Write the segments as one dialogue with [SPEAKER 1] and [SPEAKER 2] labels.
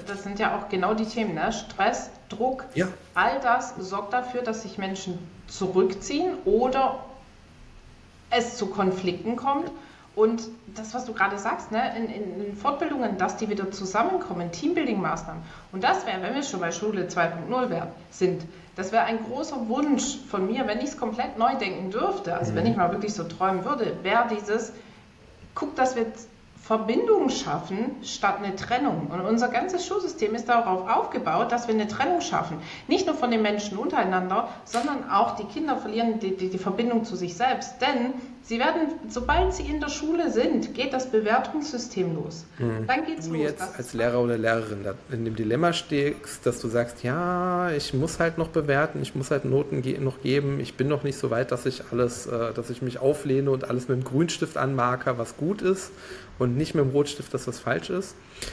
[SPEAKER 1] das sind ja auch genau die Themen, ne? Stress, Druck,
[SPEAKER 2] Ja.
[SPEAKER 1] all das sorgt dafür, dass sich Menschen zurückziehen oder es zu Konflikten kommt. Und das, was du gerade sagst, ne, in Fortbildungen, dass die wieder zusammenkommen, Teambuilding-Maßnahmen. Und das wäre, wenn wir schon bei Schule 2.0 sind, das wäre ein großer Wunsch von mir, wenn ich es komplett neu denken dürfte, also wenn ich mal wirklich so träumen würde, wäre dieses, guck, dass wir Verbindung schaffen statt eine Trennung. Und unser ganzes Schulsystem ist darauf aufgebaut, dass wir eine Trennung schaffen. Nicht nur von den Menschen untereinander, sondern auch die Kinder verlieren die Verbindung zu sich selbst. Denn sie werden, sobald sie in der Schule sind, geht das Bewertungssystem los. Dann geht's
[SPEAKER 2] Du
[SPEAKER 1] los.
[SPEAKER 2] jetzt als Lehrer oder Lehrerin in dem Dilemma stehst, dass du sagst, ja, ich muss halt noch bewerten, ich muss halt Noten noch geben, ich bin noch nicht so weit, dass ich dass ich mich auflehne und alles mit dem Grünstift anmarker, was gut ist und nicht mit dem Rotstift, das was falsch ist.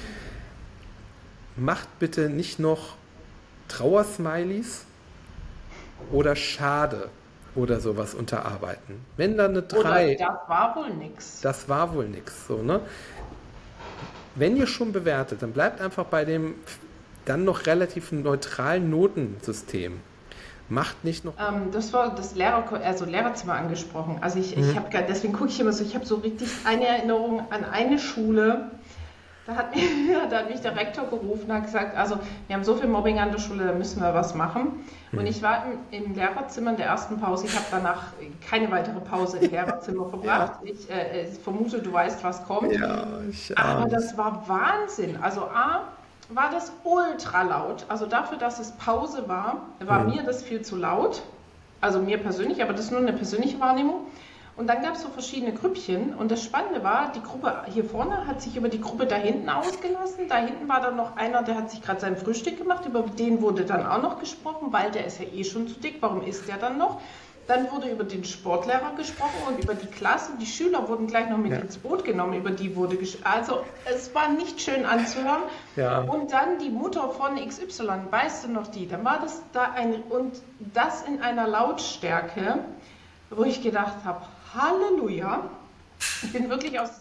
[SPEAKER 2] Macht bitte nicht noch Trauersmileys oder Schade oder sowas unterarbeiten. Wenn da eine 3...
[SPEAKER 1] Oder das war wohl nix.
[SPEAKER 2] Das war wohl nix, so, ne? Wenn ihr schon bewertet, dann bleibt einfach bei dem dann noch relativ neutralen Notensystem. Macht nicht noch...
[SPEAKER 1] Das war das Lehrerzimmer angesprochen. Also ich habe, deswegen gucke ich immer so, ich habe so richtig eine Erinnerung an eine Schule. Da hat mich der Rektor gerufen und hat gesagt, also wir haben so viel Mobbing an der Schule, da müssen wir was machen. Und ich war im Lehrerzimmer in der ersten Pause. Ich habe danach keine weitere Pause im Lehrerzimmer verbracht. Ja. Ich vermute, du weißt, was kommt.
[SPEAKER 2] Ja,
[SPEAKER 1] aber das war Wahnsinn. Also war das ultra laut. Also dafür, dass es Pause war mir das viel zu laut. Also mir persönlich, aber das ist nur eine persönliche Wahrnehmung. Und dann gab es so verschiedene Grüppchen und das Spannende war, die Gruppe hier vorne hat sich über die Gruppe da hinten ausgelassen. Da hinten war dann noch einer, der hat sich gerade sein Frühstück gemacht, über den wurde dann auch noch gesprochen, weil der ist ja eh schon zu dick, warum isst der dann noch? Dann wurde über den Sportlehrer gesprochen und über die Klasse. Die Schüler wurden gleich noch mit ins Boot genommen, über die wurde gesprochen. Also es war nicht schön anzuhören. Ja. Und dann die Mutter von XY, weißt du noch die? Dann war das da und das in einer Lautstärke, wo ich gedacht habe, Halleluja, ich bin wirklich aus...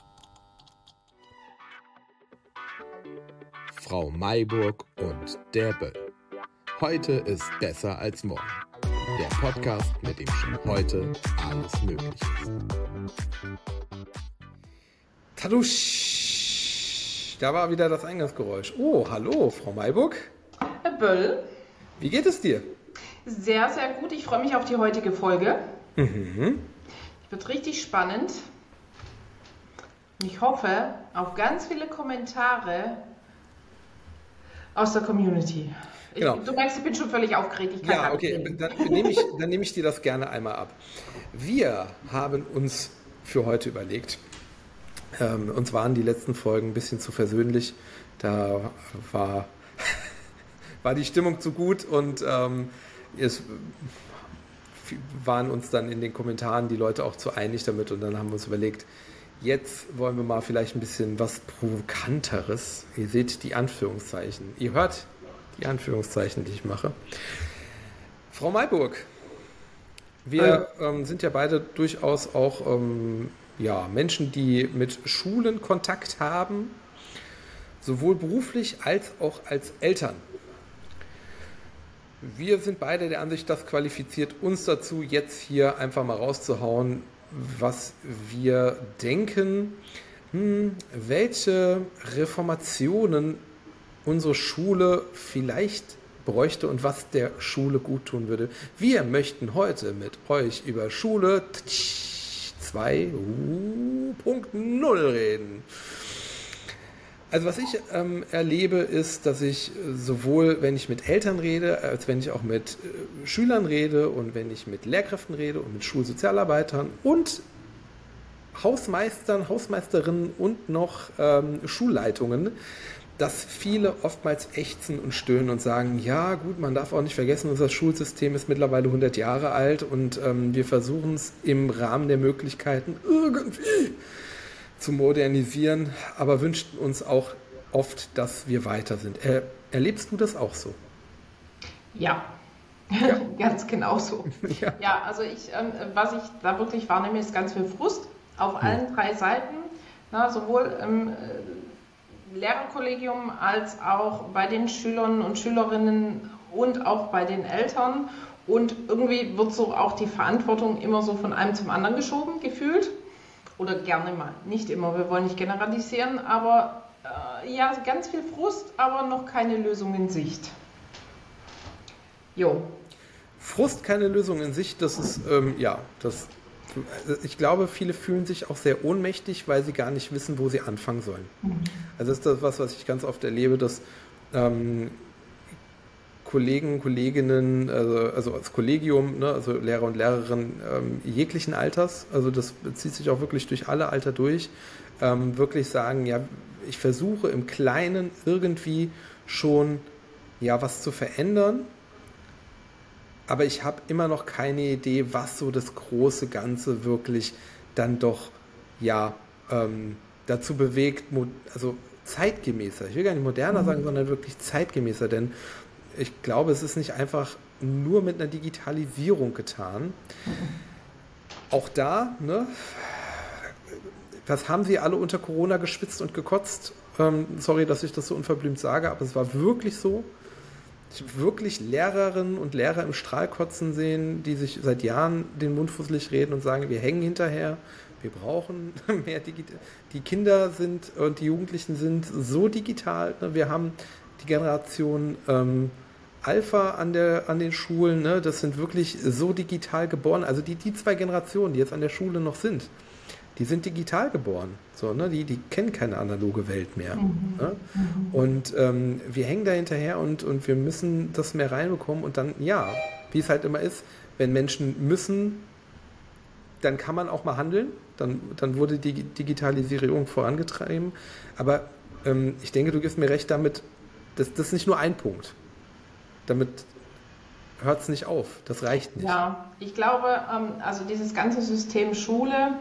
[SPEAKER 3] Frau Mayburg und der Böll. Heute ist besser als morgen. Der Podcast, mit dem schon heute alles möglich ist.
[SPEAKER 2] Tadusch! Da war wieder das Eingangsgeräusch. Oh, hallo, Frau Mayburg.
[SPEAKER 1] Herr Böll.
[SPEAKER 2] Wie geht es dir?
[SPEAKER 1] Sehr, sehr gut. Ich freue mich auf die heutige Folge. Wird richtig spannend. Ich hoffe auf ganz viele Kommentare aus der Community.
[SPEAKER 2] Genau.
[SPEAKER 1] Du merkst, ich bin schon völlig aufgeregt.
[SPEAKER 2] Ja, okay, dann nehme ich dir das gerne einmal ab. Wir haben uns für heute überlegt, uns waren die letzten Folgen ein bisschen zu versöhnlich. Da war die Stimmung zu gut und es waren uns dann in den Kommentaren die Leute auch zu einig damit und dann haben wir uns überlegt, jetzt wollen wir mal vielleicht ein bisschen was Provokanteres. Ihr seht die Anführungszeichen. Ihr hört die Anführungszeichen, die ich mache. Frau Mayburg, wir sind ja beide durchaus auch Menschen, die mit Schulen Kontakt haben, sowohl beruflich als auch als Eltern. Wir sind beide der Ansicht, das qualifiziert uns dazu, jetzt hier einfach mal rauszuhauen, was wir denken, welche Reformationen unsere Schule vielleicht bräuchte und was der Schule gut tun würde. Wir möchten heute mit euch über Schule 2.0 reden. Also was ich erlebe, ist, dass ich sowohl, wenn ich mit Eltern rede, als wenn ich auch mit Schülern rede und wenn ich mit Lehrkräften rede und mit Schulsozialarbeitern und Hausmeistern, Hausmeisterinnen und noch Schulleitungen, dass viele oftmals ächzen und stöhnen und sagen, ja gut, man darf auch nicht vergessen, unser Schulsystem ist mittlerweile 100 Jahre alt und wir versuchen es im Rahmen der Möglichkeiten irgendwie zu modernisieren, aber wünschten uns auch oft, dass wir weiter sind. Erlebst du das auch so?
[SPEAKER 1] Ja, ganz genau so. Ja, also was ich da wirklich wahrnehme, ist ganz viel Frust auf allen drei Seiten. Sowohl Lehrerkollegium als auch bei den Schülern und Schülerinnen und auch bei den Eltern. Und irgendwie wird so auch die Verantwortung immer so von einem zum anderen geschoben, gefühlt. Oder gerne mal. Nicht immer, wir wollen nicht generalisieren, aber ja, ganz viel Frust, aber noch keine Lösung in Sicht. Jo.
[SPEAKER 2] Frust, keine Lösung in Sicht, das ist, ich glaube, viele fühlen sich auch sehr ohnmächtig, weil sie gar nicht wissen, wo sie anfangen sollen. Also das ist das, was ich ganz oft erlebe, dass Kollegen, Kolleginnen, also als Kollegium, ne, also Lehrer und Lehrerinnen jeglichen Alters, also das zieht sich auch wirklich durch alle Alter durch, wirklich sagen, ja, ich versuche im Kleinen irgendwie schon was zu verändern, aber ich habe immer noch keine Idee, was so das große Ganze wirklich dann doch dazu bewegt, also zeitgemäßer, ich will gar nicht moderner sagen, sondern wirklich zeitgemäßer, denn ich glaube, es ist nicht einfach nur mit einer Digitalisierung getan. Auch da, ne, das haben sie alle unter Corona geschwitzt und gekotzt. Sorry, dass ich das so unverblümt sage, aber es war wirklich so. Ich habe wirklich Lehrerinnen und Lehrer im Strahl kotzen sehen, die sich seit Jahren den Mund fusselig reden und sagen, wir hängen hinterher, wir brauchen mehr digital. Die Kinder sind und die Jugendlichen sind so digital. Ne? Wir haben die Generation Alpha an den Schulen, ne? Das sind wirklich so digital geboren. Also die zwei Generationen, die jetzt an der Schule noch sind, die sind digital geboren. So, ne? Die kennen keine analoge Welt mehr. Ne? Und wir hängen da hinterher und wir müssen das mehr reinbekommen. Und dann, wie es halt immer ist, wenn Menschen müssen, dann kann man auch mal handeln. Dann wurde die Digitalisierung vorangetrieben. Aber ich denke, du gibst mir recht damit, das ist nicht nur ein Punkt. Damit hört es nicht auf. Das reicht nicht.
[SPEAKER 1] Ja, ich glaube, also dieses ganze System Schule,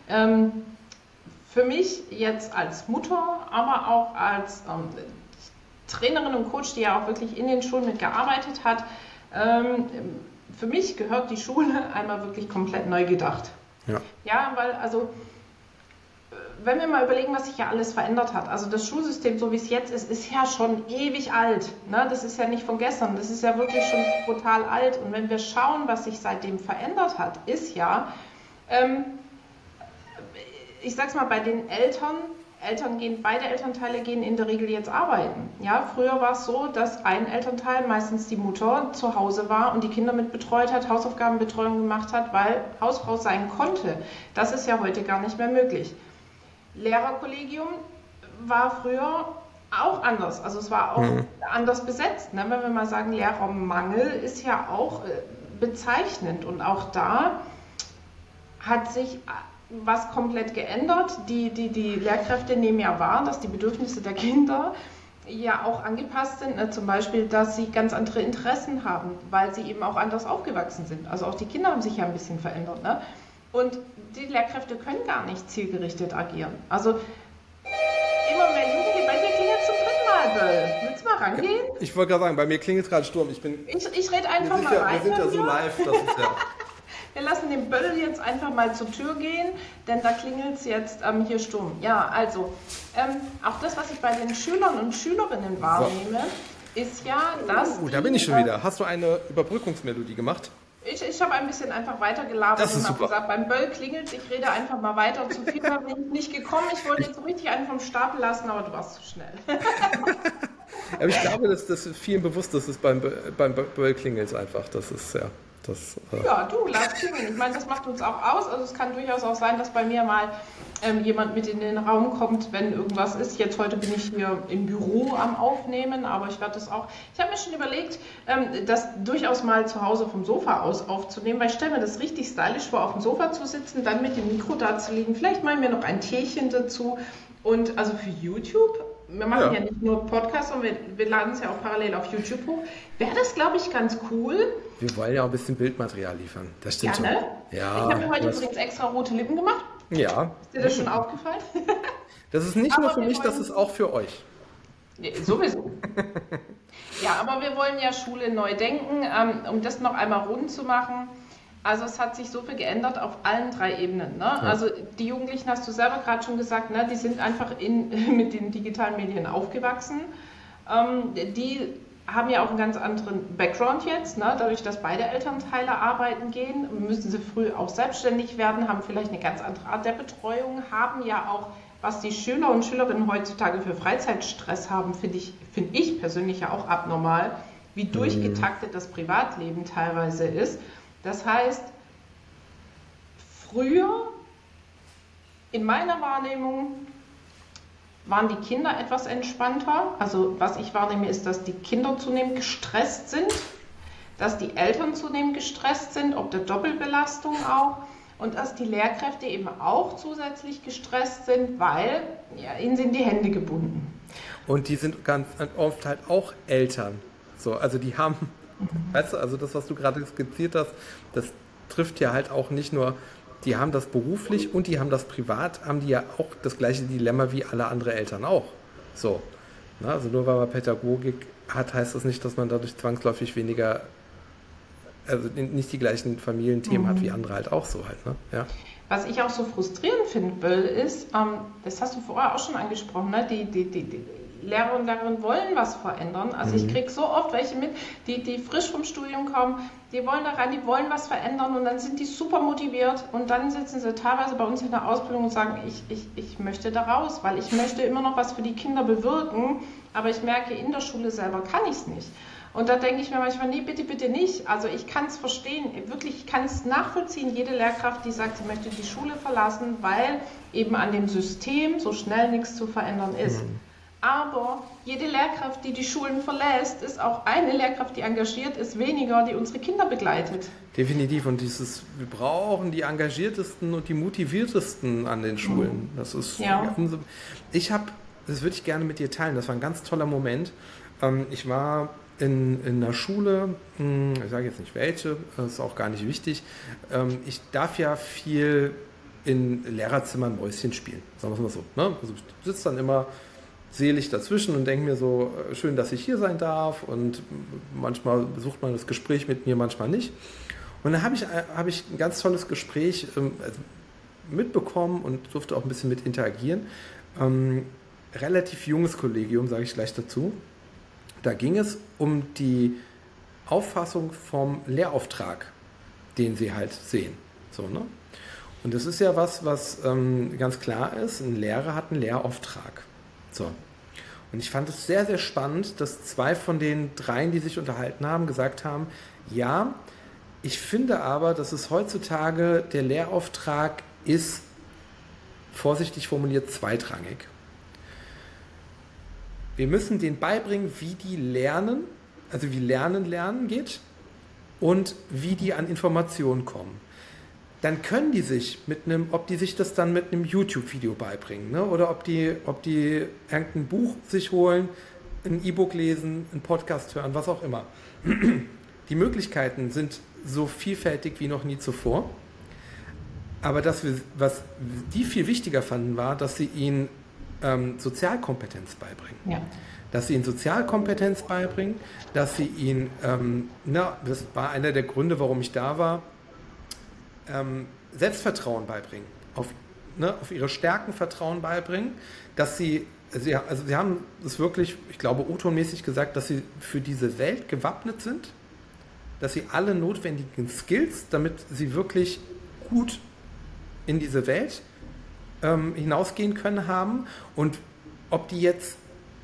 [SPEAKER 1] für mich jetzt als Mutter, aber auch als Trainerin und Coach, die ja auch wirklich in den Schulen mitgearbeitet hat, für mich gehört die Schule einmal wirklich komplett neu gedacht. Ja, weil also wenn wir mal überlegen, was sich ja alles verändert hat, also das Schulsystem, so wie es jetzt ist ja schon ewig alt. Ne? Das ist ja nicht von gestern, das ist ja wirklich schon brutal alt. Und wenn wir schauen, was sich seitdem verändert hat, ist ja, ich sag's mal, bei den beide Elternteile gehen in der Regel jetzt arbeiten. Ja, früher war es so, dass ein Elternteil, meistens die Mutter, zu Hause war und die Kinder mitbetreut hat, Hausaufgabenbetreuung gemacht hat, weil Hausfrau sein konnte. Das ist ja heute gar nicht mehr möglich. Lehrerkollegium war früher auch anders. Also es war auch anders besetzt. Ne? Wenn wir mal sagen, Lehrermangel ist ja auch bezeichnend. Und auch da hat sich was komplett geändert. Die Lehrkräfte nehmen ja wahr, dass die Bedürfnisse der Kinder ja auch angepasst sind. Ne? Zum Beispiel, dass sie ganz andere Interessen haben, weil sie eben auch anders aufgewachsen sind. Also auch die Kinder haben sich ja ein bisschen verändert. Ne? Und die Lehrkräfte können gar nicht zielgerichtet agieren. Also immer mehr Jugendliche. Bei dir klingelt zum dritten Mal, Böll. Willst du mal rangehen?
[SPEAKER 2] Ich wollte gerade sagen, bei mir klingelt es gerade Sturm. Ich
[SPEAKER 1] rede einfach mal weiter.
[SPEAKER 2] Wir sind ja so live, das ist ja...
[SPEAKER 1] Wir lassen den Böll jetzt einfach mal zur Tür gehen, denn da klingelt es jetzt hier Sturm. Ja, also, auch das, was ich bei den Schülern und Schülerinnen wahrnehme, ist ja, dass...
[SPEAKER 2] da bin ich schon wieder. Hast du eine Überbrückungsmelodie gemacht?
[SPEAKER 1] Ich habe ein bisschen einfach weitergelabert und habe gesagt, beim Böll klingelt es, ich rede einfach mal weiter. Zu viel bin ich nicht gekommen. Ich wollte jetzt so richtig einen vom Stapel lassen, aber du warst zu schnell.
[SPEAKER 2] Aber ich glaube, das ist vielen bewusst, dass es beim Böll klingelt einfach. Das ist ja...
[SPEAKER 1] Ja, du, lass klingeln. Ich meine, das macht uns auch aus. Also es kann durchaus auch sein, dass bei mir mal jemand mit in den Raum kommt, wenn irgendwas ist. Jetzt heute bin ich hier im Büro am Aufnehmen, aber ich werde das auch... Ich habe mir schon überlegt, das durchaus mal zu Hause vom Sofa aus aufzunehmen, weil ich stelle mir das richtig stylisch vor, auf dem Sofa zu sitzen, dann mit dem Mikro da zu liegen. Vielleicht machen wir noch ein Teechen dazu. Und also für YouTube... Wir machen ja nicht nur Podcasts, sondern wir laden es ja auch parallel auf YouTube hoch. Wäre das, glaube ich, ganz cool.
[SPEAKER 2] Wir wollen ja auch ein bisschen Bildmaterial liefern. Das stimmt schon.
[SPEAKER 1] Ne?
[SPEAKER 2] Ja,
[SPEAKER 1] ich habe mir heute übrigens extra rote Lippen gemacht.
[SPEAKER 2] Ja.
[SPEAKER 1] Ist dir das schon aufgefallen?
[SPEAKER 2] Das ist nicht nur für mich, das ist auch für euch.
[SPEAKER 1] Nee, sowieso. Ja, aber wir wollen ja Schule neu denken. Um das noch einmal rund zu machen. Also es hat sich so viel geändert auf allen 3 Ebenen. Ne? Ja. Also die Jugendlichen, hast du selber gerade schon gesagt, ne? Die sind einfach mit den digitalen Medien aufgewachsen. Die haben ja auch einen ganz anderen Background jetzt. Ne? Dadurch, dass beide Elternteile arbeiten gehen, müssen sie früh auch selbstständig werden, haben vielleicht eine ganz andere Art der Betreuung, haben ja auch, was die Schüler und Schülerinnen heutzutage für Freizeitstress haben, finde ich persönlich ja auch abnormal, wie durchgetaktet das Privatleben teilweise ist. Das heißt, früher, in meiner Wahrnehmung, waren die Kinder etwas entspannter. Also was ich wahrnehme, ist, dass die Kinder zunehmend gestresst sind, dass die Eltern zunehmend gestresst sind, ob der Doppelbelastung auch, und dass die Lehrkräfte eben auch zusätzlich gestresst sind, weil ja, ihnen sind die Hände gebunden.
[SPEAKER 2] Und die sind ganz oft halt auch Eltern. So, also die haben, weißt du, also das, was du gerade skizziert hast, das trifft ja halt auch nicht nur, die haben das beruflich und die haben das privat, haben die ja auch das gleiche Dilemma wie alle anderen Eltern auch. So, na, also nur weil man Pädagogik hat, heißt das nicht, dass man dadurch zwangsläufig weniger, also nicht die gleichen Familienthemen hat wie andere halt auch so halt, ne? Ja.
[SPEAKER 1] Was ich auch so frustrierend finde, Bill, ist, das hast du vorher auch schon angesprochen, ne? Die Lehrer und Lehrerinnen wollen was verändern. Also ich kriege so oft welche mit, die frisch vom Studium kommen, die wollen da rein, die wollen was verändern und dann sind die super motiviert und dann sitzen sie teilweise bei uns in der Ausbildung und sagen, ich möchte da raus, weil ich möchte immer noch was für die Kinder bewirken, aber ich merke, in der Schule selber kann ich es nicht. Und da denke ich mir manchmal, nee, bitte, bitte nicht. Also ich kann es verstehen, wirklich, ich kann es nachvollziehen, jede Lehrkraft, die sagt, sie möchte die Schule verlassen, weil eben an dem System so schnell nichts zu verändern ist. Aber jede Lehrkraft, die Schulen verlässt, ist auch eine Lehrkraft, die engagiert ist, weniger, die unsere Kinder begleitet.
[SPEAKER 2] Definitiv. Und wir brauchen die engagiertesten und die motiviertesten an den Schulen. Das ist das würde ich gerne mit dir teilen. Das war ein ganz toller Moment. Ich war in einer Schule, ich sage jetzt nicht welche, das ist auch gar nicht wichtig. Ich darf ja viel in Lehrerzimmern Mäuschen spielen, sagen wir es mal so. Ne? Also ich sitze dann immer selig dazwischen und denke mir so, schön, dass ich hier sein darf, und manchmal sucht man das Gespräch mit mir, manchmal nicht. Und dann habe ich ein ganz tolles Gespräch mitbekommen und durfte auch ein bisschen mit interagieren. Relativ junges Kollegium, sage ich gleich dazu. Da ging es um die Auffassung vom Lehrauftrag, den sie halt sehen. So, ne? Und das ist ja was ganz klar ist, ein Lehrer hat einen Lehrauftrag. So. Und ich fand es sehr, sehr spannend, dass 2 von den 3, die sich unterhalten haben, gesagt haben, ja, ich finde aber, dass es heutzutage der Lehrauftrag ist, vorsichtig formuliert, zweitrangig. Wir müssen denen beibringen, wie die lernen, also wie Lernen geht und wie die an Informationen kommen. Dann können die sich ob die sich das dann mit einem YouTube-Video beibringen, ne? Oder ob die irgendein Buch sich holen, ein E-Book lesen, einen Podcast hören, was auch immer. Die Möglichkeiten sind so vielfältig wie noch nie zuvor. Aber was die viel wichtiger fanden, war, dass sie ihnen Sozialkompetenz beibringen. Ja. Dass sie ihnen Sozialkompetenz beibringen, dass sie ihnen, das war einer der Gründe, warum ich da war, Selbstvertrauen beibringen, auf ihre Stärken Vertrauen beibringen, dass sie haben es wirklich, ich glaube, O-Ton-mäßig gesagt, dass sie für diese Welt gewappnet sind, dass sie alle notwendigen Skills, damit sie wirklich gut in diese Welt hinausgehen können, haben, und ob die jetzt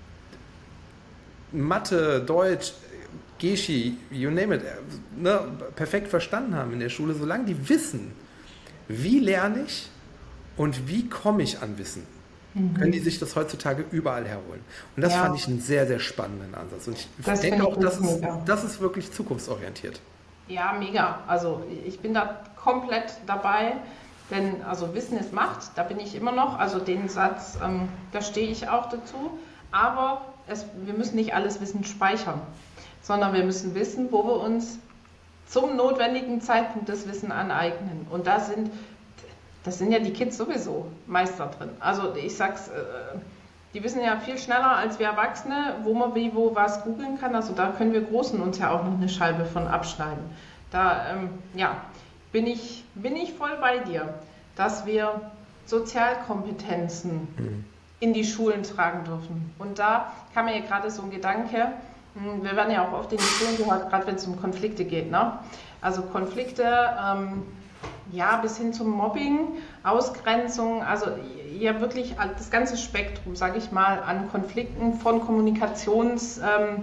[SPEAKER 2] Mathe, Deutsch, Geschi, you name it, perfekt verstanden haben in der Schule, solange die wissen, wie lerne ich und wie komme ich an Wissen, können die sich das heutzutage überall herholen. Und das fand ich einen sehr, sehr spannenden Ansatz. Und ich denke auch, das ist wirklich zukunftsorientiert.
[SPEAKER 1] Ja, mega. Also ich bin da komplett dabei, denn also Wissen ist Macht, da bin ich immer noch. Also den Satz, da stehe ich auch dazu. Aber wir müssen nicht alles Wissen speichern, sondern wir müssen wissen, wo wir uns zum notwendigen Zeitpunkt das Wissen aneignen. Und das sind ja die Kids sowieso Meister drin. Also ich sag's, die wissen ja viel schneller als wir Erwachsene, wo man wo was googeln kann. Also da können wir Großen uns ja auch noch eine Scheibe von abschneiden. bin ich voll bei dir, dass wir Sozialkompetenzen in die Schulen tragen dürfen. Und da kam mir ja gerade so ein Gedanke, wir werden ja auch oft in die Schulen gehört, gerade wenn es um Konflikte geht, ne? Also Konflikte, bis hin zum Mobbing, Ausgrenzung, also ja wirklich das ganze Spektrum, sage ich mal, an Konflikten von Kommunikationswegen,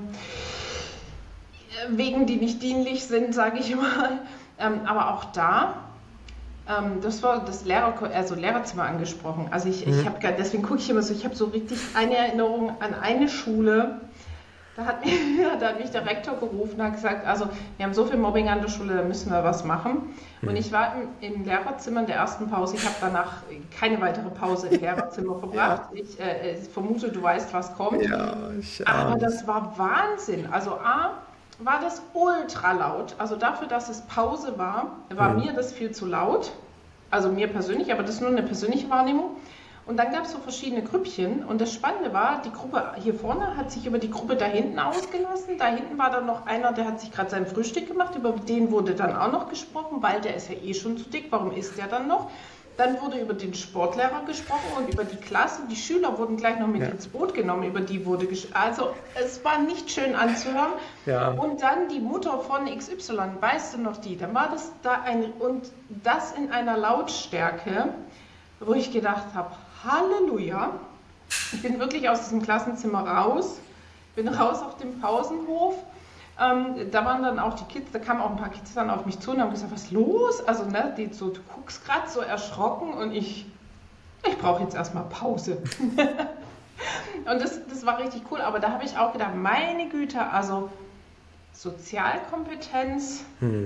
[SPEAKER 1] die nicht dienlich sind, sage ich mal. Aber auch da, das war das Lehrerzimmer angesprochen. Also deswegen gucke ich immer so, ich habe so richtig eine Erinnerung an eine Schule. Da hat mich der Rektor gerufen und hat gesagt, also wir haben so viel Mobbing an der Schule, da müssen wir was machen. Und ich war im Lehrerzimmer in der ersten Pause. Ich habe danach keine weitere Pause im Lehrerzimmer verbracht. Ja. Ich vermute, du weißt, was kommt.
[SPEAKER 2] Ja,
[SPEAKER 1] aber das war Wahnsinn. Also war das ultra laut. Also dafür, dass es Pause war mir das viel zu laut. Also mir persönlich, aber das ist nur eine persönliche Wahrnehmung. Und dann gab es so verschiedene Grüppchen und das Spannende war, die Gruppe hier vorne hat sich über die Gruppe da hinten ausgelassen. Da hinten war dann noch einer, der hat sich gerade sein Frühstück gemacht, über den wurde dann auch noch gesprochen, weil der ist ja eh schon zu dick, warum isst der dann noch? Dann wurde über den Sportlehrer gesprochen und über die Klasse. Die Schüler wurden gleich noch mit ins Boot genommen, über die wurde gesprochen. Also es war nicht schön anzuhören. Ja. Und dann die Mutter von XY, weißt du noch die? Dann war das da und das in einer Lautstärke, wo ich gedacht habe, Halleluja, ich bin wirklich aus diesem Klassenzimmer raus, bin raus auf dem Pausenhof, da waren dann auch die Kids, da kamen auch ein paar Kids dann auf mich zu und haben gesagt, was ist los? Also ne, du guckst gerade so erschrocken und ich brauche jetzt erstmal Pause. Und das war richtig cool, aber da habe ich auch gedacht, meine Güte, also Sozialkompetenz,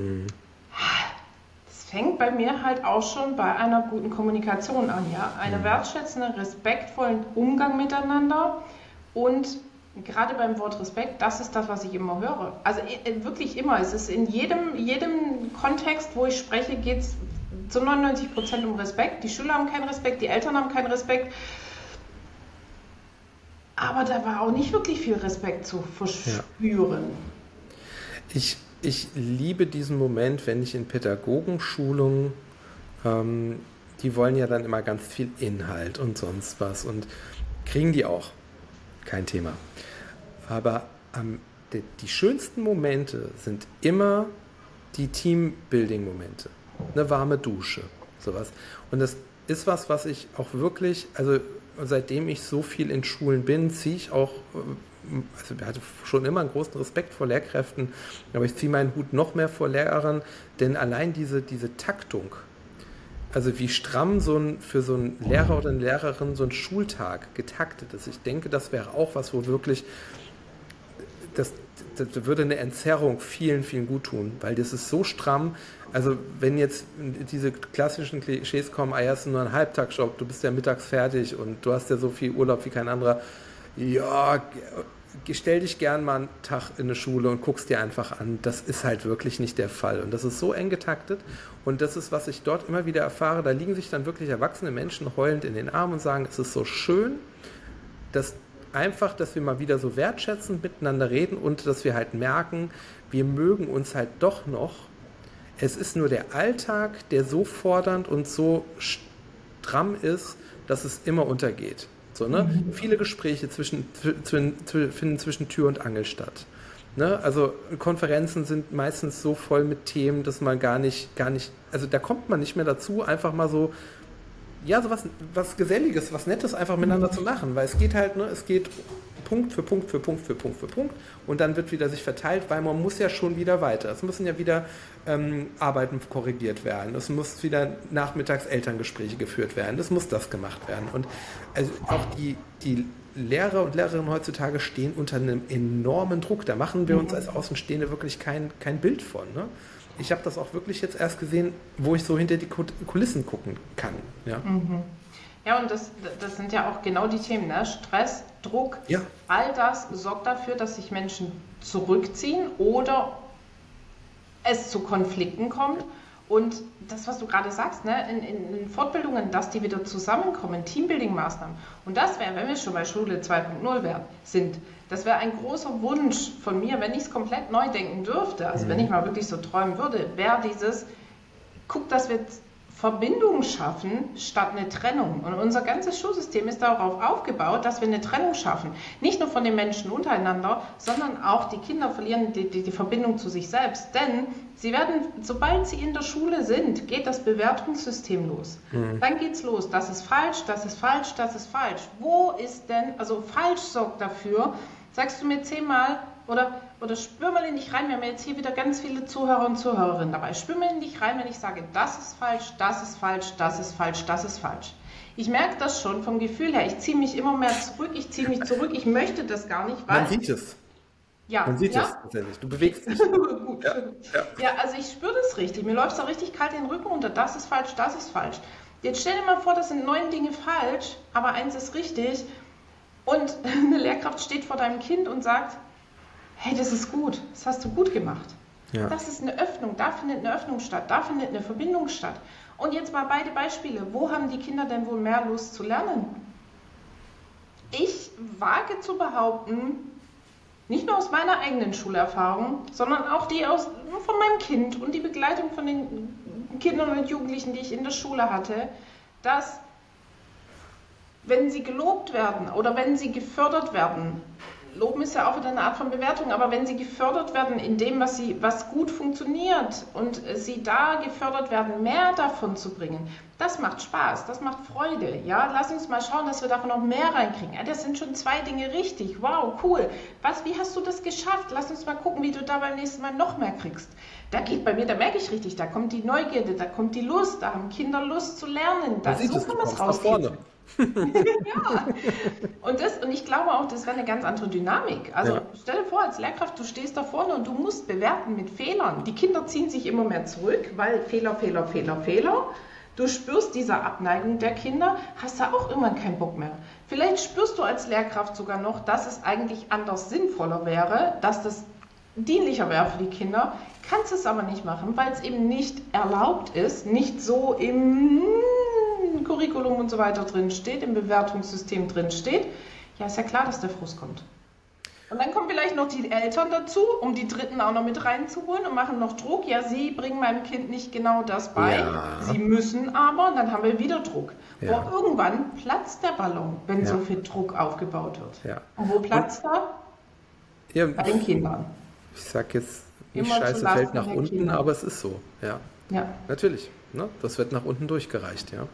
[SPEAKER 1] fängt bei mir halt auch schon bei einer guten Kommunikation an, ja, einer wertschätzenden, respektvollen Umgang miteinander und gerade beim Wort Respekt, das ist das, was ich immer höre. Also wirklich immer, es ist in jedem Kontext, wo ich spreche, geht es zu 99% um Respekt. Die Schüler haben keinen Respekt, die Eltern haben keinen Respekt, aber da war auch nicht wirklich viel Respekt zu verspüren.
[SPEAKER 2] Ja. Ich liebe diesen Moment, wenn ich in Pädagogenschulungen, die wollen ja dann immer ganz viel Inhalt und sonst was und kriegen die auch, kein Thema. Aber die schönsten Momente sind immer die Teambuilding-Momente, eine warme Dusche, sowas. Und das ist was ich auch wirklich, also seitdem ich so viel in Schulen bin, ziehe ich auch... Also ich hatte schon immer einen großen Respekt vor Lehrkräften, aber ich ziehe meinen Hut noch mehr vor Lehrern, denn allein diese Taktung, also wie stramm für so einen Lehrer oder eine Lehrerin so ein Schultag getaktet ist, ich denke, das wäre auch was, wo wirklich, das würde eine Entzerrung vielen, vielen gut tun, weil das ist so stramm, also wenn jetzt diese klassischen Klischees kommen, hast du nur einen Halbtagsjob, du bist ja mittags fertig und du hast ja so viel Urlaub wie kein anderer, ja, stell dich gern mal einen Tag in eine Schule und guckst dir einfach an. Das ist halt wirklich nicht der Fall. Und das ist so eng getaktet. Und das ist, was ich dort immer wieder erfahre. Da liegen sich dann wirklich erwachsene Menschen heulend in den Armen und sagen, es ist so schön, dass wir mal wieder so wertschätzend miteinander reden und dass wir halt merken, wir mögen uns halt doch noch. Es ist nur der Alltag, der so fordernd und so stramm ist, dass es immer untergeht. So, ne? Viele Gespräche finden zwischen Tür und Angel statt. Ne? Also Konferenzen sind meistens so voll mit Themen, dass man gar nicht, also da kommt man nicht mehr dazu, einfach mal so, ja, so was Geselliges, was Nettes einfach miteinander zu machen, weil es geht halt, ne, es geht Punkt für Punkt für Punkt für Punkt für Punkt und dann wird wieder sich verteilt, weil man muss ja schon wieder weiter. Es müssen ja wieder Arbeiten korrigiert werden, es muss wieder nachmittags Elterngespräche geführt werden, es muss das gemacht werden und also auch die Lehrer und Lehrerinnen heutzutage stehen unter einem enormen Druck, da machen wir uns als Außenstehende wirklich kein Bild von, ne? Ich habe das auch wirklich jetzt erst gesehen, wo ich so hinter die Kulissen gucken kann. Ja,
[SPEAKER 1] ja, und das sind ja auch genau die Themen, ne? Stress, Druck, all das sorgt dafür, dass sich Menschen zurückziehen oder es zu Konflikten kommt. Und das, was du gerade sagst, ne? in Fortbildungen, dass die wieder zusammenkommen, Teambuilding-Maßnahmen. Und das wäre, wenn wir schon bei Schule 2.0 sind, das wäre ein großer Wunsch von mir, wenn ich es komplett neu denken dürfte, also wenn ich mal wirklich so träumen würde, wäre dieses guck, dass wir Verbindung schaffen statt eine Trennung. Und unser ganzes Schulsystem ist darauf aufgebaut, dass wir eine Trennung schaffen. Nicht nur von den Menschen untereinander, sondern auch die Kinder verlieren die Verbindung zu sich selbst. Denn sie werden, sobald sie in der Schule sind, geht das Bewertungssystem los. Dann geht's los. Das ist falsch, das ist falsch, das ist falsch. Wo ist denn, also falsch sorgt dafür, sagst du mir 10-mal, oder spür mal in dich rein, wir haben jetzt hier wieder ganz viele Zuhörer und Zuhörerinnen dabei. Spür mal in dich rein, wenn ich sage, das ist falsch, das ist falsch, das ist falsch, das ist falsch. Ich merke das schon vom Gefühl her. Ich ziehe mich immer mehr zurück, ich möchte das gar nicht. Weil
[SPEAKER 2] Man sieht es.
[SPEAKER 1] Ja.
[SPEAKER 2] Man sieht es tatsächlich. Du bewegst dich.
[SPEAKER 1] Gut. Ja, also ich spüre das richtig. Mir läuft es da richtig kalt den Rücken runter. Das ist falsch, das ist falsch. Jetzt stell dir mal vor, das sind 9 Dinge falsch, aber eins ist richtig. Und eine Lehrkraft steht vor deinem Kind und sagt, hey, das ist gut, das hast du gut gemacht. Ja. Das ist eine Öffnung, da findet eine Öffnung statt, da findet eine Verbindung statt. Und jetzt mal beide Beispiele. Wo haben die Kinder denn wohl mehr Lust zu lernen? Ich wage zu behaupten, nicht nur aus meiner eigenen Schulerfahrung, sondern auch die von meinem Kind und die Begleitung von den Kindern und Jugendlichen, die ich in der Schule hatte, dass wenn sie gelobt werden oder wenn sie gefördert werden, Loben ist ja auch wieder eine Art von Bewertung, aber wenn sie gefördert werden in dem, was gut funktioniert und sie da gefördert werden, mehr davon zu bringen, das macht Spaß, das macht Freude. Ja, lass uns mal schauen, dass wir davon noch mehr reinkriegen. Ja, das sind schon 2 Dinge richtig. Wow, cool. Wie hast du das geschafft? Lass uns mal gucken, wie du da beim nächsten Mal noch mehr kriegst. Da geht bei mir, da merke ich richtig, da kommt die Neugierde, da kommt die Lust, da haben Kinder Lust zu lernen. So kann man es rauskriegen. Ja, und ich glaube auch, das wäre eine ganz andere Dynamik. Also stell dir vor, als Lehrkraft, du stehst da vorne und du musst bewerten mit Fehlern. Die Kinder ziehen sich immer mehr zurück, weil Fehler. Du spürst diese Abneigung der Kinder, hast da auch irgendwann keinen Bock mehr. Vielleicht spürst du als Lehrkraft sogar noch, dass es eigentlich anders sinnvoller wäre, dass das dienlicher wäre für die Kinder, kannst es aber nicht machen, weil es eben nicht erlaubt ist, nicht so im Curriculum und so weiter drin steht, im Bewertungssystem drin steht. Ja, ist ja klar, dass der Frust kommt. Und dann kommen vielleicht noch die Eltern dazu, um die Dritten auch noch mit reinzuholen und machen noch Druck. Ja, sie bringen meinem Kind nicht genau das bei. Ja. Sie müssen aber, und dann haben wir wieder Druck. Ja. Wo irgendwann platzt der Ballon, wenn so viel Druck aufgebaut wird. Ja. Und wo platzt er? Ja, bei den Kindern.
[SPEAKER 2] Ich sag jetzt, nicht Scheiße fällt nach unten, Kinder. Aber es ist so. Ja. Natürlich. Ne? Das wird nach unten durchgereicht. Ja.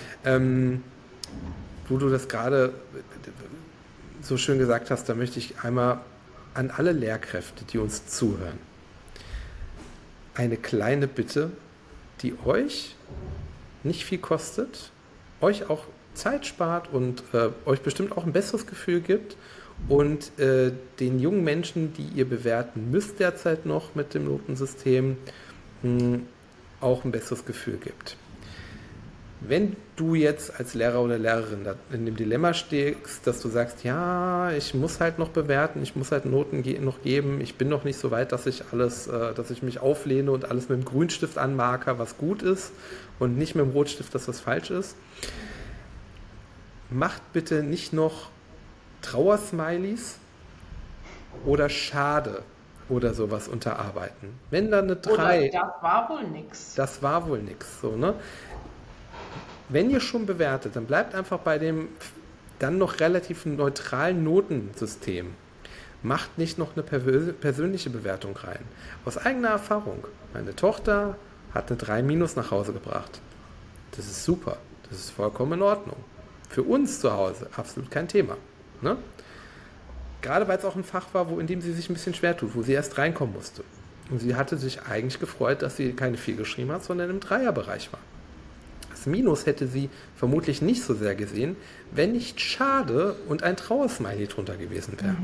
[SPEAKER 2] Wo du das gerade so schön gesagt hast, da möchte ich einmal an alle Lehrkräfte, die uns zuhören, eine kleine Bitte, die euch nicht viel kostet, euch auch Zeit spart und euch bestimmt auch ein besseres Gefühl gibt und den jungen Menschen, die ihr bewerten müsst derzeit noch mit dem Notensystem, auch ein besseres Gefühl gibt. Wenn du jetzt als Lehrer oder Lehrerin in dem Dilemma stehst, dass du sagst, ja, ich muss halt noch bewerten, ich muss halt Noten noch geben, ich bin noch nicht so weit, dass ich mich auflehne und alles mit dem Grünstift anmarker, was gut ist und nicht mit dem Rotstift, dass was falsch ist, macht bitte nicht noch Trauersmileys oder Schade oder sowas unterarbeiten. Wenn da eine 3...
[SPEAKER 1] Das war wohl nix.
[SPEAKER 2] Das war wohl nix, so, ne? Wenn ihr schon bewertet, dann bleibt einfach bei dem dann noch relativ neutralen Notensystem. Macht nicht noch eine persönliche Bewertung rein. Aus eigener Erfahrung. Meine Tochter hat eine 3- nach Hause gebracht. Das ist super. Das ist vollkommen in Ordnung. Für uns zu Hause absolut kein Thema. Ne? Gerade weil es auch ein Fach war, in dem sie sich ein bisschen schwer tut, wo sie erst reinkommen musste. Und sie hatte sich eigentlich gefreut, dass sie keine 4 geschrieben hat, sondern im 3er-Bereich war. Das Minus hätte sie vermutlich nicht so sehr gesehen, wenn nicht Schade und ein Trauersmiley drunter gewesen wäre.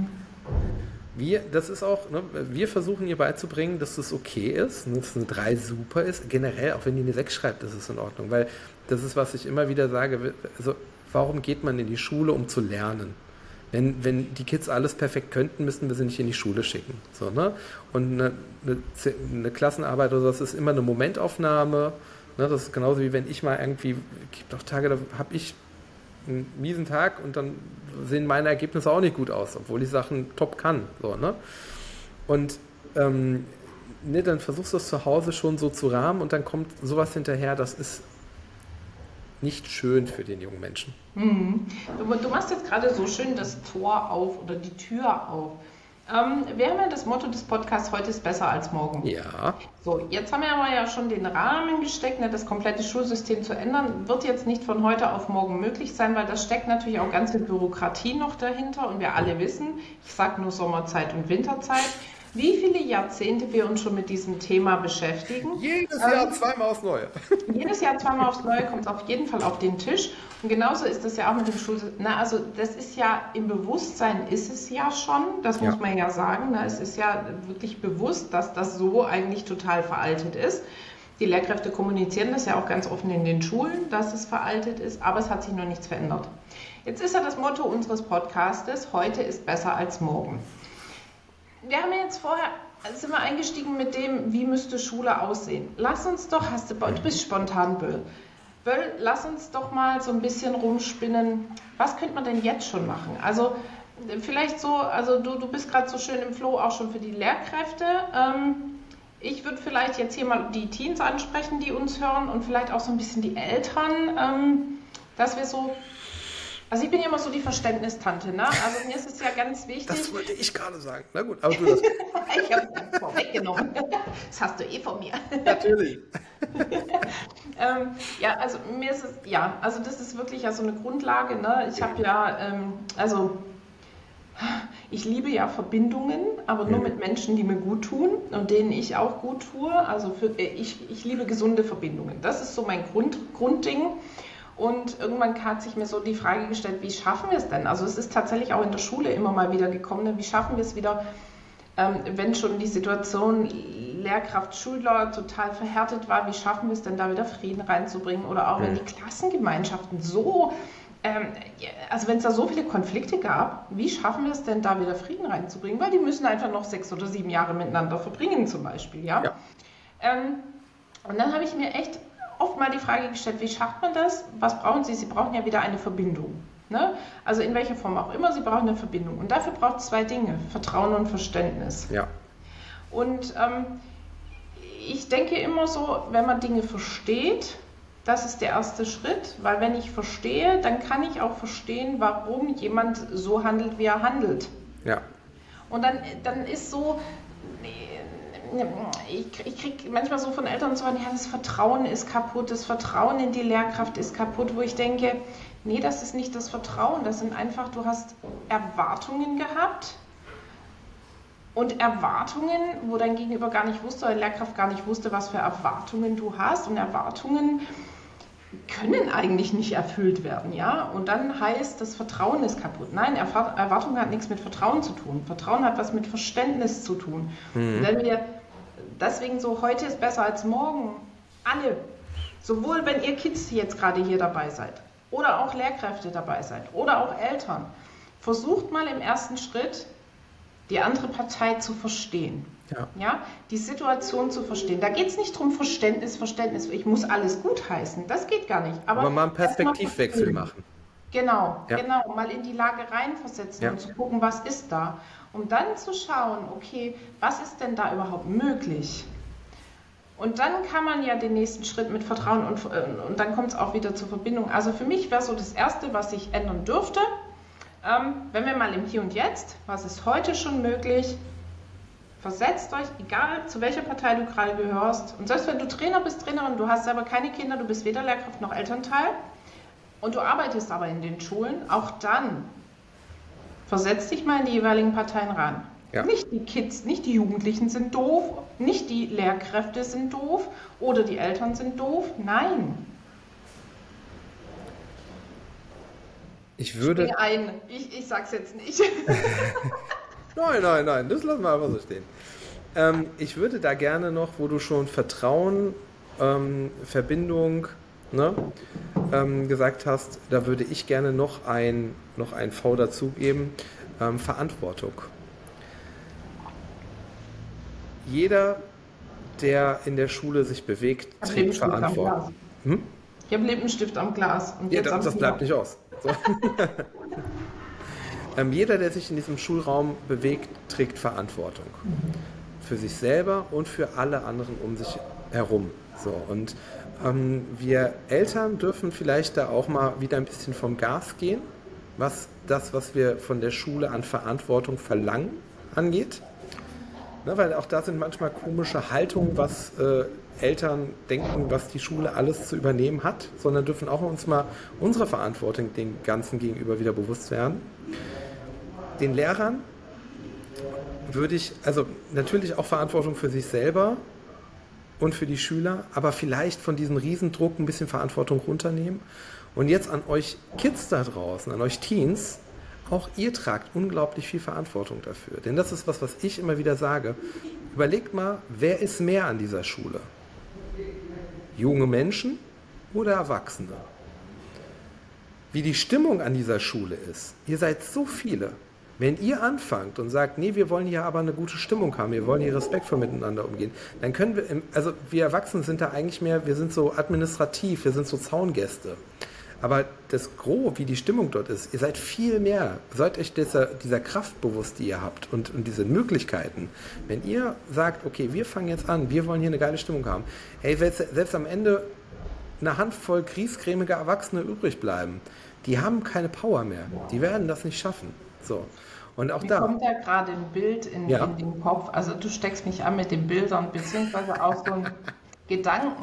[SPEAKER 2] Wir versuchen ihr beizubringen, dass es okay ist, dass eine 3 super ist. Generell, auch wenn die eine 6 schreibt, ist es in Ordnung. Weil das ist, was ich immer wieder sage, also warum geht man in die Schule, um zu lernen? Wenn die Kids alles perfekt könnten, müssten wir sie nicht in die Schule schicken. So, ne? Und eine Klassenarbeit oder so, das ist immer eine Momentaufnahme. Ne? Das ist genauso wie wenn ich mal irgendwie, es gibt auch Tage, da habe ich einen miesen Tag und dann sehen meine Ergebnisse auch nicht gut aus, obwohl ich Sachen top kann. So, ne? Und dann versuchst du es zu Hause schon so zu rahmen und dann kommt sowas hinterher, das ist nicht schön für den jungen Menschen.
[SPEAKER 1] Du machst jetzt gerade so schön das Tor auf oder die Tür auf. Wir haben ja das Motto des Podcasts, heute ist besser als morgen.
[SPEAKER 2] Ja.
[SPEAKER 1] So, jetzt haben wir aber ja schon den Rahmen gesteckt, das komplette Schulsystem zu ändern, wird jetzt nicht von heute auf morgen möglich sein, weil das steckt natürlich auch ganz viel Bürokratie noch dahinter und wir alle wissen, ich sage nur Sommerzeit und Winterzeit, wie viele Jahrzehnte wir uns schon mit diesem Thema beschäftigen.
[SPEAKER 2] Jedes Jahr zweimal aufs Neue.
[SPEAKER 1] Jedes Jahr zweimal aufs Neue kommt es auf jeden Fall auf den Tisch. Und genauso ist das ja auch mit dem Schulsystem. Also das ist ja im Bewusstsein ist es ja schon, das muss man ja sagen. Es ist ja wirklich bewusst, dass das so eigentlich total veraltet ist. Die Lehrkräfte kommunizieren das ja auch ganz offen in den Schulen, dass es veraltet ist, aber es hat sich noch nichts verändert. Jetzt ist ja das Motto unseres Podcastes, heute ist besser als morgen. Wir haben ja jetzt vorher, sind wir eingestiegen mit dem, wie müsste Schule aussehen. Lass uns doch, du bist spontan, Böll. Böll, lass uns doch mal so ein bisschen rumspinnen, was könnte man denn jetzt schon machen? Also vielleicht so, also du bist gerade so schön im Flow auch schon für die Lehrkräfte. Ich würde vielleicht jetzt hier mal die Teens ansprechen, die uns hören und vielleicht auch so ein bisschen die Eltern, dass wir so... Also ich bin ja immer so die Verständnistante, ne? Also mir ist es ja ganz wichtig.
[SPEAKER 2] Das wollte ich gerade sagen. Na gut, aber du das.
[SPEAKER 1] Ich habe es vorweggenommen. Das hast du von mir.
[SPEAKER 2] Natürlich.
[SPEAKER 1] Ja, also mir ist es, also das ist wirklich ja so eine Grundlage, ne? Ich habe ja, ich liebe ja Verbindungen, aber nur mit Menschen, die mir gut tun und denen ich auch gut tue. Also ich liebe gesunde Verbindungen. Das ist so mein Grundding. Und irgendwann hat sich mir so die Frage gestellt, wie schaffen wir es denn? Also es ist tatsächlich auch in der Schule immer mal wieder gekommen, wie schaffen wir es wieder, wenn schon die Situation Lehrkraft, Schüler total verhärtet war, wie schaffen wir es denn da wieder Frieden reinzubringen? Oder auch wenn die Klassengemeinschaften so, also wenn es da so viele Konflikte gab, wie schaffen wir es denn da wieder Frieden reinzubringen? Weil die müssen einfach noch 6 oder 7 Jahre miteinander verbringen zum Beispiel, ja. Und dann habe ich mir echt oft mal die Frage gestellt, wie schafft man das? Was brauchen Sie? Sie brauchen ja wieder eine Verbindung. Ne? Also in welcher Form auch immer, Sie brauchen eine Verbindung. Und dafür braucht es 2 Dinge, Vertrauen und Verständnis. Ja. Und ich denke immer so, wenn man Dinge versteht, das ist der erste Schritt, weil wenn ich verstehe, dann kann ich auch verstehen, warum jemand so handelt, wie er handelt. Ja. Und dann ist so... Ich kriege manchmal so von Eltern so, ja, das Vertrauen ist kaputt, das Vertrauen in die Lehrkraft ist kaputt, wo ich denke, nee, das ist nicht das Vertrauen, das sind einfach, du hast Erwartungen gehabt und Erwartungen, wo dein Gegenüber gar nicht wusste, oder die Lehrkraft gar nicht wusste, was für Erwartungen du hast und Erwartungen können eigentlich nicht erfüllt werden, ja, und dann heißt, das Vertrauen ist kaputt. Nein, Erwartung hat nichts mit Vertrauen zu tun. Vertrauen hat was mit Verständnis zu tun. Und wenn wir deswegen so, heute ist besser als morgen, alle, sowohl wenn ihr Kids jetzt gerade hier dabei seid oder auch Lehrkräfte dabei seid oder auch Eltern, versucht mal im ersten Schritt, die andere Partei zu verstehen. Ja, die Situation zu verstehen. Da geht es nicht darum, Verständnis, ich muss alles gutheißen, das geht gar nicht. Aber
[SPEAKER 2] mal einen Perspektivwechsel machen.
[SPEAKER 1] Genau, mal in die Lage reinversetzen und zu gucken, was ist da. Um dann zu schauen, okay, was ist denn da überhaupt möglich? Und dann kann man ja den nächsten Schritt mit Vertrauen und dann kommt es auch wieder zur Verbindung. Also für mich wäre so das Erste, was ich ändern dürfte, wenn wir mal im Hier und Jetzt, was ist heute schon möglich, versetzt euch, egal zu welcher Partei du gerade gehörst. Und selbst wenn du Trainer bist, Trainerin, du hast selber keine Kinder, du bist weder Lehrkraft noch Elternteil und du arbeitest aber in den Schulen, auch dann versetz dich mal in die jeweiligen Parteien ran. Ja. Nicht die Kids, nicht die Jugendlichen sind doof, nicht die Lehrkräfte sind doof oder die Eltern sind doof. Nein.
[SPEAKER 2] Ich
[SPEAKER 1] sag's jetzt nicht.
[SPEAKER 2] Nein, das lassen wir einfach so stehen. Ich würde da gerne noch, wo du schon Vertrauen, Verbindung gesagt hast, da würde ich gerne noch ein V dazugeben, Verantwortung. Jeder, der in der Schule sich bewegt, trägt Verantwortung.
[SPEAKER 1] Ich habe Lippenstift am Glas.
[SPEAKER 2] Und das bleibt nicht aus. So. Jeder, der sich in diesem Schulraum bewegt, trägt Verantwortung. für sich selber und für alle anderen um sich herum. So, und wir Eltern dürfen vielleicht da auch mal wieder ein bisschen vom Gas gehen, was wir von der Schule an Verantwortung verlangen angeht. Ne, weil auch da sind manchmal komische Haltungen, was Eltern denken, was die Schule alles zu übernehmen hat, sondern dürfen auch uns mal unserer Verantwortung dem Ganzen gegenüber wieder bewusst werden. Den Lehrern würde ich, also natürlich auch Verantwortung für sich selber und für die Schüler, aber vielleicht von diesem Riesendruck ein bisschen Verantwortung runternehmen. Und jetzt an euch Kids da draußen, an euch Teens, auch ihr tragt unglaublich viel Verantwortung dafür. Denn das ist was ich immer wieder sage. Überlegt mal, wer ist mehr an dieser Schule? Junge Menschen oder Erwachsene? Wie die Stimmung an dieser Schule ist. Ihr seid so viele. Wenn ihr anfangt und sagt, nee, wir wollen hier aber eine gute Stimmung haben, wir wollen hier respektvoll miteinander umgehen, dann können wir, also wir Erwachsenen sind da eigentlich mehr, wir sind so administrativ, wir sind so Zaungäste. Aber das Gros, wie die Stimmung dort ist, ihr seid viel mehr. Seid euch dieser Kraft bewusst, die ihr habt und diese Möglichkeiten. Wenn ihr sagt, okay, wir fangen jetzt an, wir wollen hier eine geile Stimmung haben. Ey, selbst am Ende eine Handvoll griesgrämige Erwachsene übrig bleiben, die haben keine Power mehr. Die werden das nicht schaffen. So. Und auch
[SPEAKER 1] Mir kommt ja gerade ein Bild in den Kopf. Also du steckst mich an mit den Bildern, beziehungsweise auch so ein Gedanken.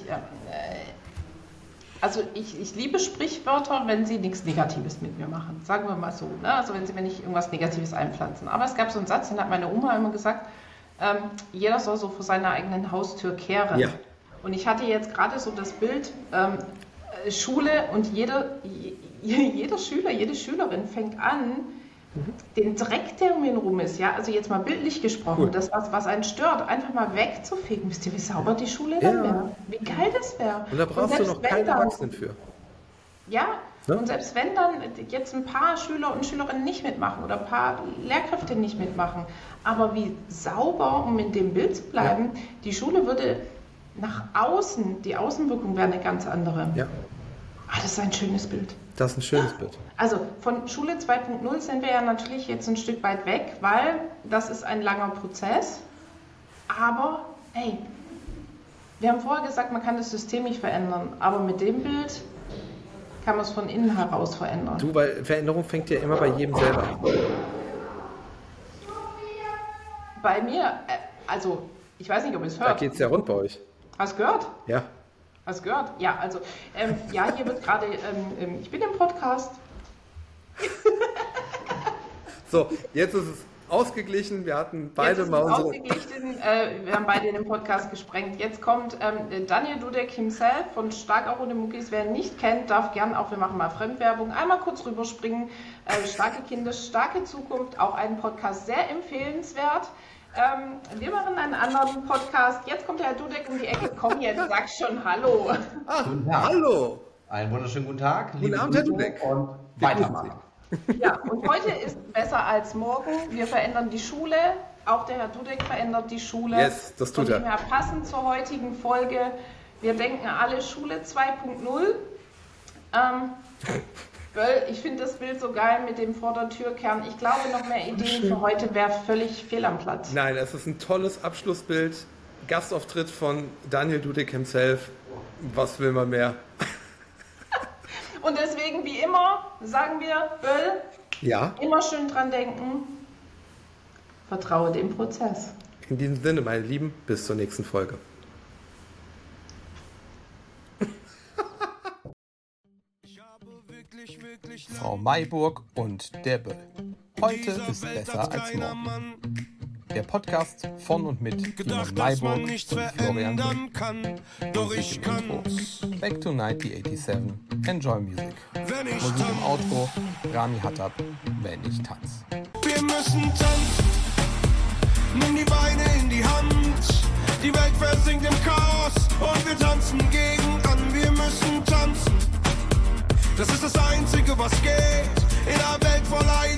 [SPEAKER 1] Also ich liebe Sprichwörter, wenn sie nichts Negatives mit mir machen. Sagen wir mal so. Ne? Also wenn sie mir nicht irgendwas Negatives einpflanzen. Aber es gab so einen Satz, den hat meine Oma immer gesagt, jeder soll so vor seiner eigenen Haustür kehren. Ja. Und ich hatte jetzt gerade so das Bild, Schule und jeder Schüler, jede Schülerin fängt an, den Dreck, der um ihn rum ist, ja, also jetzt mal bildlich gesprochen, das, was einen stört, einfach mal wegzufegen. Wisst ihr, wie sauber die Schule dann wäre? Wie geil das wäre.
[SPEAKER 2] Und da brauchst du noch keinen Erwachsenen für.
[SPEAKER 1] Ja, und selbst wenn dann jetzt ein paar Schüler und Schülerinnen nicht mitmachen oder ein paar Lehrkräfte nicht mitmachen, aber wie sauber, um in dem Bild zu bleiben, die Schule würde nach außen, die Außenwirkung wäre eine ganz andere.
[SPEAKER 2] Ja.
[SPEAKER 1] Das ist ein schönes Bild.
[SPEAKER 2] Das ist ein schönes Bild.
[SPEAKER 1] Also von Schule 2.0 sind wir ja natürlich jetzt ein Stück weit weg, weil das ist ein langer Prozess. Aber, hey, wir haben vorher gesagt, man kann das System nicht verändern, aber mit dem Bild kann man es von innen heraus verändern.
[SPEAKER 2] Du, weil Veränderung fängt ja immer bei jedem selber an.
[SPEAKER 1] Bei mir, also ich weiß nicht, ob ihr es hört.
[SPEAKER 2] Da geht es ja rund bei euch.
[SPEAKER 1] Hast du gehört?
[SPEAKER 2] Ja.
[SPEAKER 1] Hast du gehört? Ja, also, hier wird gerade, ich bin im Podcast.
[SPEAKER 2] So, jetzt ist es ausgeglichen. Wir hatten beide mal unsere...
[SPEAKER 1] Wir haben beide in den Podcast gesprengt. Jetzt kommt Daniel Dudek himself von Stark ohne Muckis. Wer ihn nicht kennt, darf gern auch, wir machen mal Fremdwerbung, einmal kurz rüberspringen. Starke Kinder, starke Zukunft, auch ein Podcast, sehr empfehlenswert. Wir machen einen anderen Podcast. Jetzt kommt der Herr Dudek um die Ecke. Komm jetzt, sag schon Hallo.
[SPEAKER 2] Ach, hallo.
[SPEAKER 4] Einen wunderschönen guten Tag.
[SPEAKER 2] Guten Abend, Herr Dudek.
[SPEAKER 4] Und weitermachen.
[SPEAKER 1] Ja, und heute ist besser als morgen. Wir verändern die Schule. Auch der Herr Dudek verändert die Schule.
[SPEAKER 2] Yes, das tut er.
[SPEAKER 1] Von dem her passend zur heutigen Folge. Wir denken alle Schule 2.0. Ich finde das Bild so geil mit dem vor der Türkern. Ich glaube, noch mehr Ideen für heute wäre völlig fehl am Platz.
[SPEAKER 2] Nein, es ist ein tolles Abschlussbild. Gastauftritt von Daniel Dudek himself. Was will man mehr?
[SPEAKER 1] Und deswegen, wie immer, sagen wir, Böll,
[SPEAKER 2] ja?
[SPEAKER 1] Immer schön dran denken. Vertraue dem Prozess.
[SPEAKER 2] In diesem Sinne, meine Lieben, bis zur nächsten Folge.
[SPEAKER 3] Frau Mayburg und der Böll. Heute ist besser als morgen. Der Podcast von und mit Simon Mayburg und Florian Böll.
[SPEAKER 5] Doch ich kann.
[SPEAKER 3] Back to 1987. Enjoy Music. Musik im Outro. Rami Hattab. Wenn ich tanz.
[SPEAKER 5] Wir müssen tanzen. Nimm die Beine in die Hand. Die Welt versinkt im Chaos und wir tanzen gegen an. Wir müssen tanzen. Das ist das Einzige, was geht in einer Welt voller